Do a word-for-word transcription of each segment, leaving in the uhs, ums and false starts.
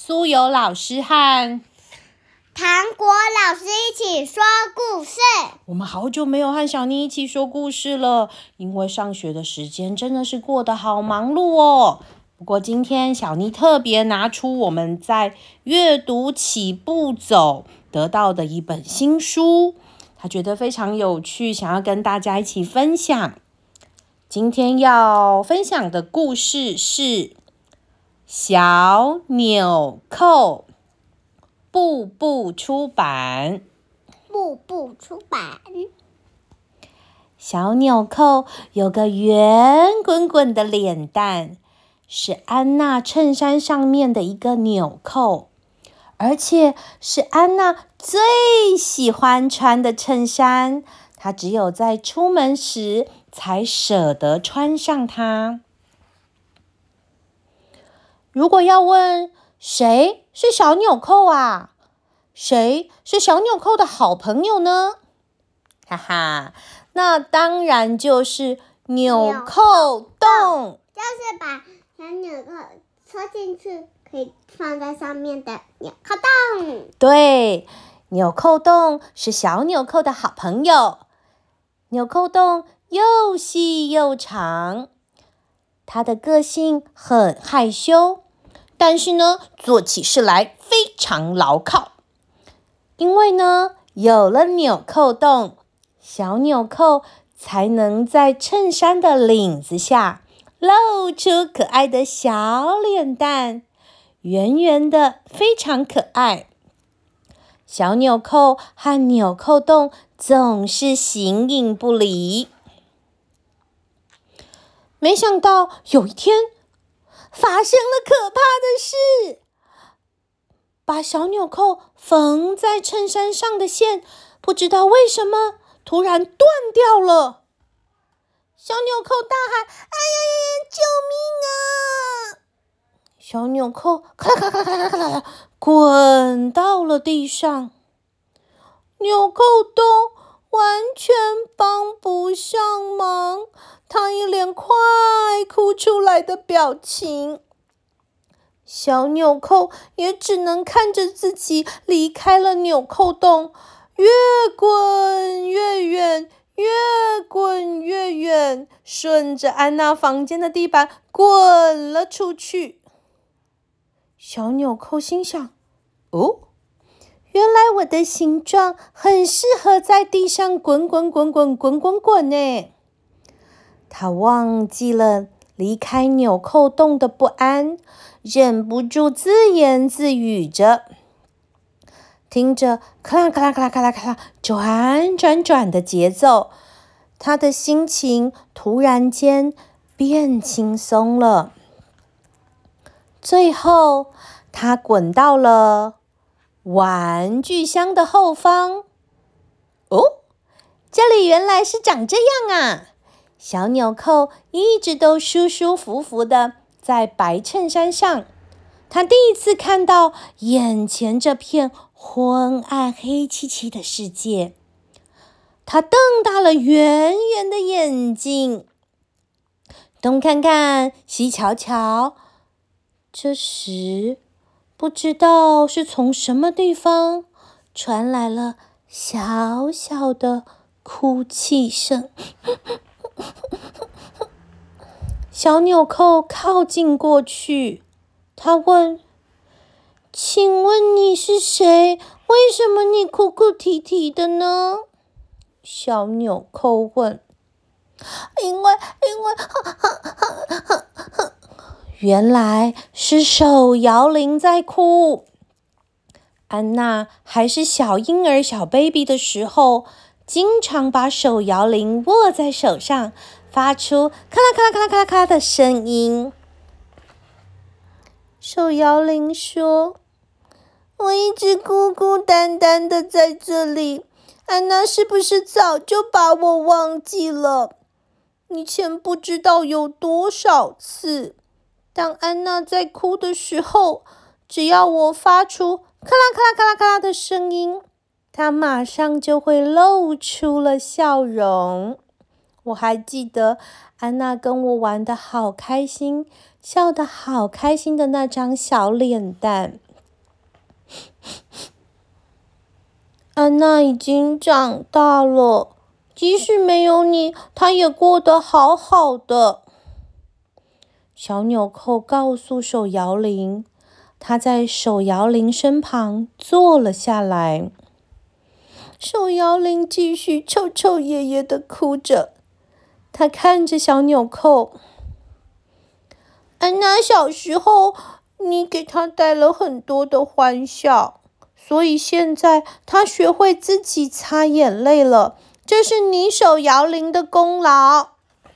苏有老师和糖果老师一起说故事。 我们好久没有和小妮一起说故事了，因为上学的时间真的是过得好忙碌哦。不过今天小妮特别拿出我们在阅读起步走得到的一本新书，她觉得非常有趣，想要跟大家一起分享。今天要分享的故事是小纽扣，步步出版。 步步出版。 小纽扣有个圆滚滚的脸蛋，是安娜衬衫上面的一个纽扣，而且是安娜最喜欢穿的衬衫，她只有在出门时才舍得穿上它。如果要问谁是小纽扣啊？谁是小纽扣的好朋友呢？哈哈，那当然就是纽扣洞， 就是把小纽扣戳进去，可以放在上面的纽扣洞。 对，纽扣洞是小纽扣的好朋友。纽扣洞又细又长，它的个性很害羞，但是呢，做起事来非常牢靠。因为呢，有了纽扣洞，小纽扣才能在衬衫的领子下露出可爱的小脸蛋，圆圆的，非常可爱。小纽扣和纽扣洞总是形影不离。没想到有一天，发生了可怕的事。把小纽扣缝在衬衫上的线，不知道为什么突然断掉了。小纽扣大喊：“哎呀呀呀！救命啊！”小纽扣咔啦咔啦咔啦咔啦咔啦滚到了地上。纽扣洞完全帮不上忙，他一脸快哭出来的表情。小纽扣也只能看着自己离开了纽扣洞，越滚越远，越滚越远，顺着安娜房间的地板滚了出去。小纽扣心想：哦，原来我的形状很适合在地上滚滚滚滚滚滚滚呢。她忘记了离开纽扣洞的不安，忍不住自言自语着，听着咔啦咔啦咔啦咔啦咔啦转转转的节奏，他的心情突然间变轻松了。最后，他滚到了玩具箱的后方。哦，这里原来是长这样啊！小纽扣一直都舒舒服服的在白衬衫上，他第一次看到眼前这片昏暗黑漆漆的世界。他瞪大了圆圆的眼睛，东看看，西瞧瞧。这时，不知道是从什么地方传来了小小的哭泣声。小纽扣靠近过去，他问：“请问你是谁？为什么你哭哭啼啼的呢？”小纽扣问：“因为，因为，呵呵呵呵呵。”原来是手摇铃在哭。安娜还是小婴儿、小 baby 的时候，经常把手摇铃握在手上，发出咔啦咔啦咔啦咔啦咔啦的声音。手摇铃说：“我一直孤孤单单的在这里，安娜是不是早就把我忘记了？以前不知道有多少次，当安娜在哭的时候，只要我发出咔啦咔啦咔啦咔啦的声音，她马上就会露出了笑容。我还记得安娜跟我玩得好开心，笑得好开心的那张小脸蛋。” 安娜已经长大了，即使没有你，她也过得好好的。小纽扣告诉手摇铃，她在手摇铃身旁坐了下来。手摇铃继续抽抽噎噎地哭着，她看着小纽扣。安娜小时候，你给她带了很多的欢笑，所以现在她学会自己擦眼泪了。这是你手摇铃的功劳。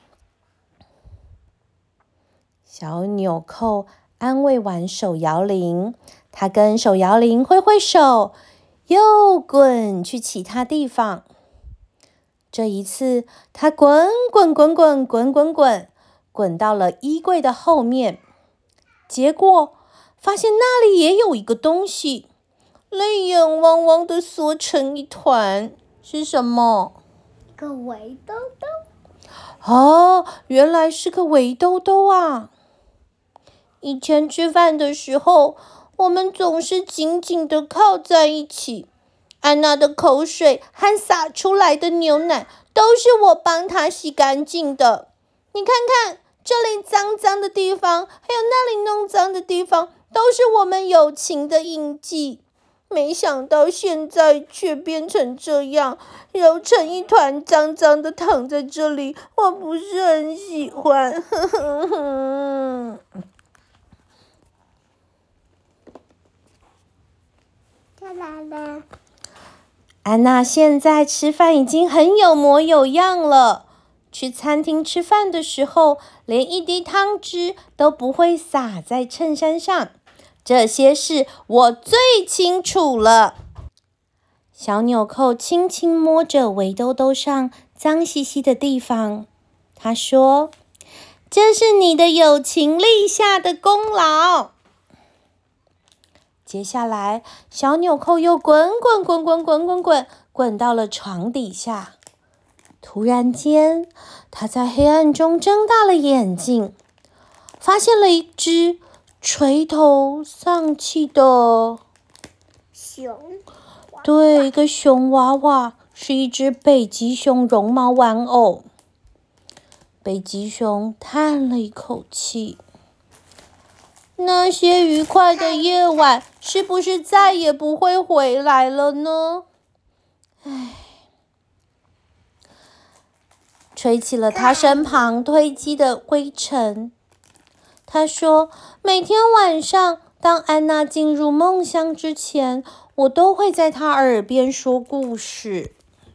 小纽扣安慰完手摇铃，她跟手摇铃挥挥手，又滚去其他地方。这一次，她滚滚滚滚滚滚滚，滚到了衣柜的后面，结果发现那里也有一个东西，泪眼汪汪的缩成一团。是什么？ 一个围兜兜。 哦，原来是个围兜兜啊！以前吃饭的时候，我们总是紧紧地靠在一起。安娜的口水和洒出来的牛奶都是我帮她洗干净的。你看看，这里脏脏的地方，还有那里弄脏的地方，都是我们友情的印记。没想到现在却变成这样，揉成一团脏脏的躺在这里，我不是很喜欢。呵呵呵。 来了。 安娜现在吃饭已经很有模有样了。去餐厅吃饭的时候，连一滴汤汁都不会洒在衬衫上。这些事我最清楚了。小纽扣轻轻摸着围兜兜上脏兮兮的地方，她说：“这是你的友情立下的功劳。”接下来，小纽扣又滚滚滚滚滚滚滚滚到了床底下。突然间，他在黑暗中睁大了眼睛，发现了一只垂头丧气的熊。 对，一个熊娃娃，是一只北极熊绒毛玩偶。北极熊叹了一口气。那些愉快的夜晚是不是再也不会回来了呢？唉，吹起了他身旁堆积的灰尘。他说，每天晚上当安娜进入梦乡之前，我都会在她耳边说故事。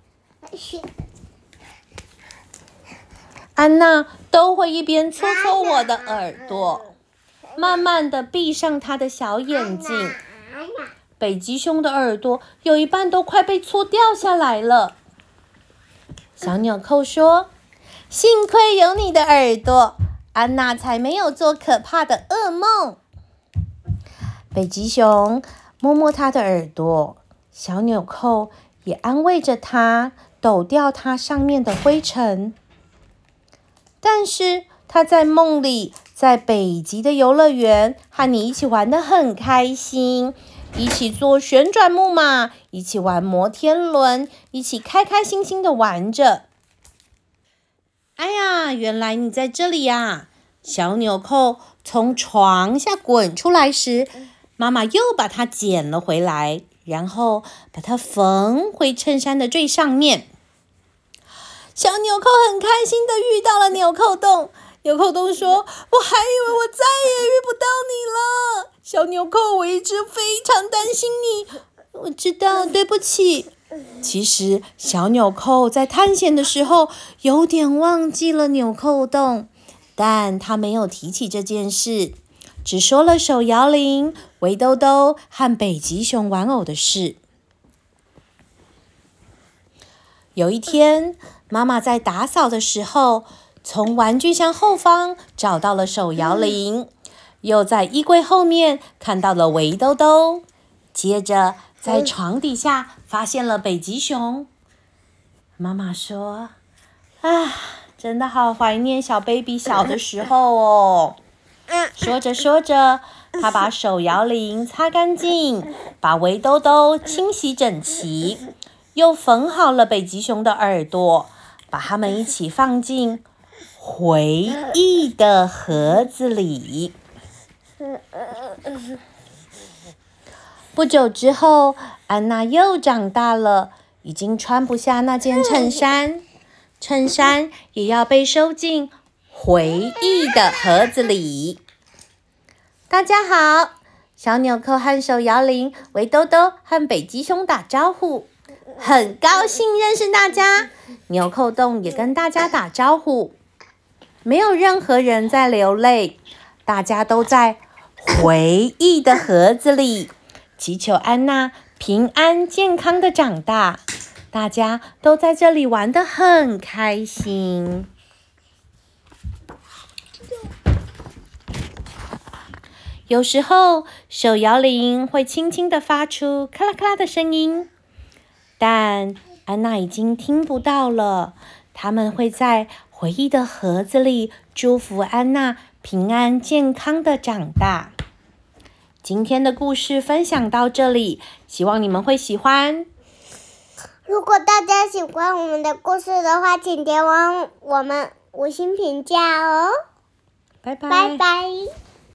安娜都会一边搓搓我的耳朵，慢慢地闭上她的小眼睛。北极熊的耳朵有一半都快被搓掉下来了。小纽扣说：“幸亏有你的耳朵，安娜才没有做可怕的噩梦。”北极熊摸摸她的耳朵，小纽扣也安慰着她，抖掉它上面的灰尘。但是她在梦里，在北极的游乐园和你一起玩得很开心，一起坐旋转木马，一起玩摩天轮，一起开开心心的玩着。哎呀，原来你在这里呀！小纽扣从床下滚出来时，妈妈又把它捡了回来，然后把它缝回衬衫的最上面。小纽扣很开心的遇到了纽扣洞。纽扣洞说：“我还以为我再也遇不到你了。”小纽扣，我一直非常担心你。我知道，对不起。其实小纽扣在探险的时候有点忘记了纽扣洞，但他没有提起这件事，只说了手摇铃、围兜兜和北极熊玩偶的事。有一天，妈妈在打扫的时候，从玩具箱后方找到了手摇铃，又在衣柜后面看到了围兜兜，接着在床底下发现了北极熊。妈妈说：“啊，真的好怀念小 baby 小的时候哦。”说着说着， 他把手摇铃擦干净，把围兜兜清洗整齐，又缝好了北极熊的耳朵，把它们一起放进回忆的盒子里。不久之后，安娜又长大了，已经穿不下那件衬衫，衬衫也要被收进回忆的盒子里。大家好，小纽扣和手摇铃、围兜兜和北极熊打招呼，很高兴认识大家。纽扣洞也跟大家打招呼，没有任何人在流泪，大家都在回忆的盒子里，祈求安娜平安健康的长大。大家都在这里玩得很开心。有时候手摇铃会轻轻地发出咔啦咔啦的声音，但安娜已经听不到了。他们会在回忆的盒子里祝福安娜平安健康的长大。今天的故事分享到这里，希望你们会喜欢。 如果大家喜欢我们的故事的话，请给我我们五星评价哦。 拜拜。 拜拜。